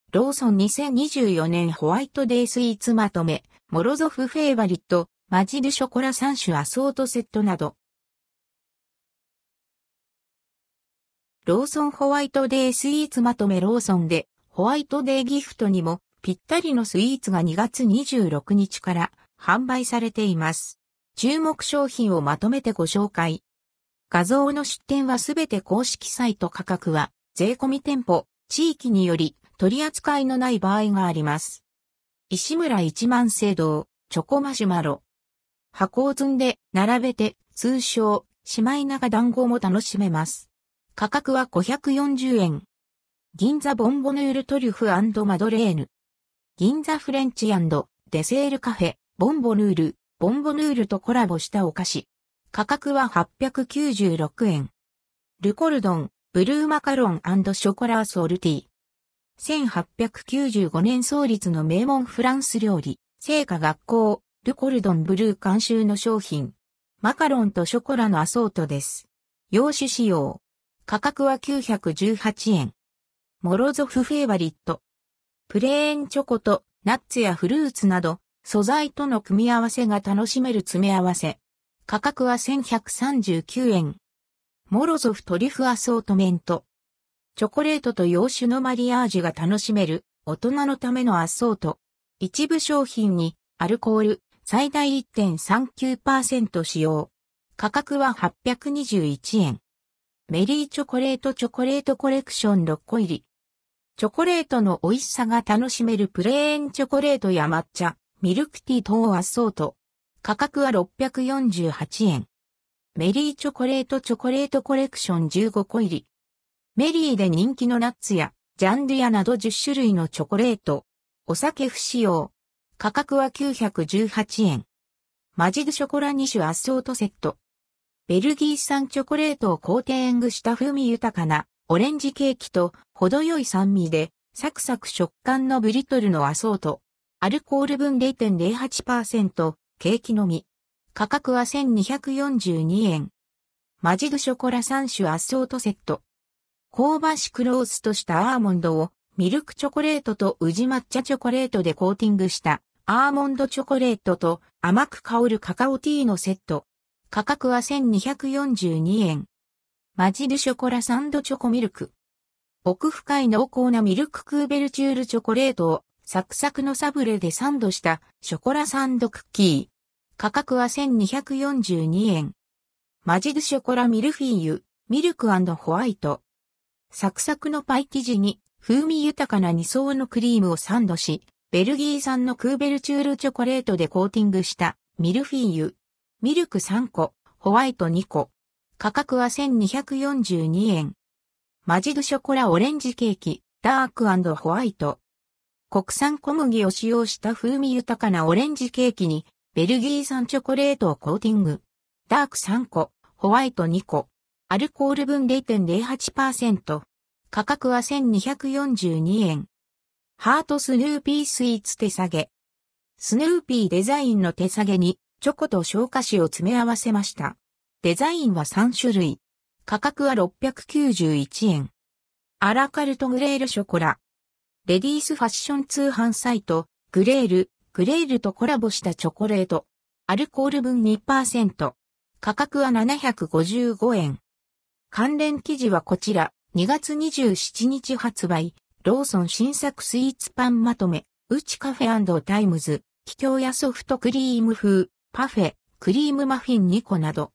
ローソン2024年ホワイトデースイーツまとめ、モロゾフフェイバリット、マジドショコラ3種アソートセットなど。ローソンホワイトデースイーツまとめローソンで、ホワイトデーギフトにもぴったりのスイーツが2月26日から販売されています。注目商品をまとめてご紹介。画像の出店はすべて公式サイト価格は税込み店舗、地域により取り扱いのない場合があります。石村一万世堂、チョコマシュマロ。箱を積んで並べて通称、シマイナガ団子も楽しめます。価格は540円。銀座ボンボヌールトリュフ&マドレーヌ。銀座フレンチ&デセールカフェ、ボンボヌールとコラボしたお菓子。価格は896円。ルコルドン、ブルーマカロン&ショコラソルティ。1895年創立の名門フランス料理、製菓学校、ルコルドンブルー監修の商品。マカロンとショコラのアソートです。洋酒仕様。価格は918円。モロゾフフェイバリット。プレーンチョコとナッツやフルーツなど、素材との組み合わせが楽しめる詰め合わせ。価格は1139円。モロゾフトリュフアソートメント。チョコレートと洋酒のマリアージュが楽しめる大人のためのアソート。一部商品にアルコール最大 1.39% 使用。価格は821円。メリーチョコレートコレクション6個入り。チョコレートの美味しさが楽しめるプレーンチョコレートや抹茶、ミルクティー等アソート。価格は648円。メリーチョコレートコレクション15個入り。メリーで人気のナッツやジャンドゥヤなど10種類のチョコレート。お酒不使用。価格は918円。マジドショコラ2種アソートセット。ベルギー産チョコレートをコーティングした風味豊かなオレンジケーキと程よい酸味でサクサク食感のブリトルのアソート。アルコール分 0.08%、ケーキのみ。価格は1242円。マジドショコラ3種アソートセット。香ばしくローストしたアーモンドをミルクチョコレートと宇治抹茶チョコレートでコーティングしたアーモンドチョコレートと甘く香るカカオティーのセット。価格は1242円。マジドショコラサンドチョコミルク。奥深い濃厚なミルククーベルチュールチョコレートをサクサクのサブレでサンドしたショコラサンドクッキー。価格は1242円。マジドショコラミルフィーユ、ミルク&ホワイト。サクサクのパイ生地に風味豊かな2層のクリームをサンドし、ベルギー産のクーベルチュールチョコレートでコーティングしたミルフィーユ。ミルク3個、ホワイト2個。価格は1242円。マジドショコラオレンジケーキ、ダーク&ホワイト。国産小麦を使用した風味豊かなオレンジケーキに、ベルギー産チョコレートをコーティング。ダーク3個、ホワイト2個。アルコール分 0.08%。価格は1242円。ハートスヌーピースイーツ手提げ。スヌーピーデザインの手提げに、チョコと小菓子を詰め合わせました。デザインは3種類。価格は691円。アラカルトグレールショコラ。レディースファッション通販サイト、グレールとコラボしたチョコレート。アルコール分 2%。価格は755円。関連記事はこちら、2月27日発売、ローソン新作スイーツパンまとめ、ウチカフェ&タイムズ、桔梗やソフトクリーム風、パフェ、クリームマフィン2個など。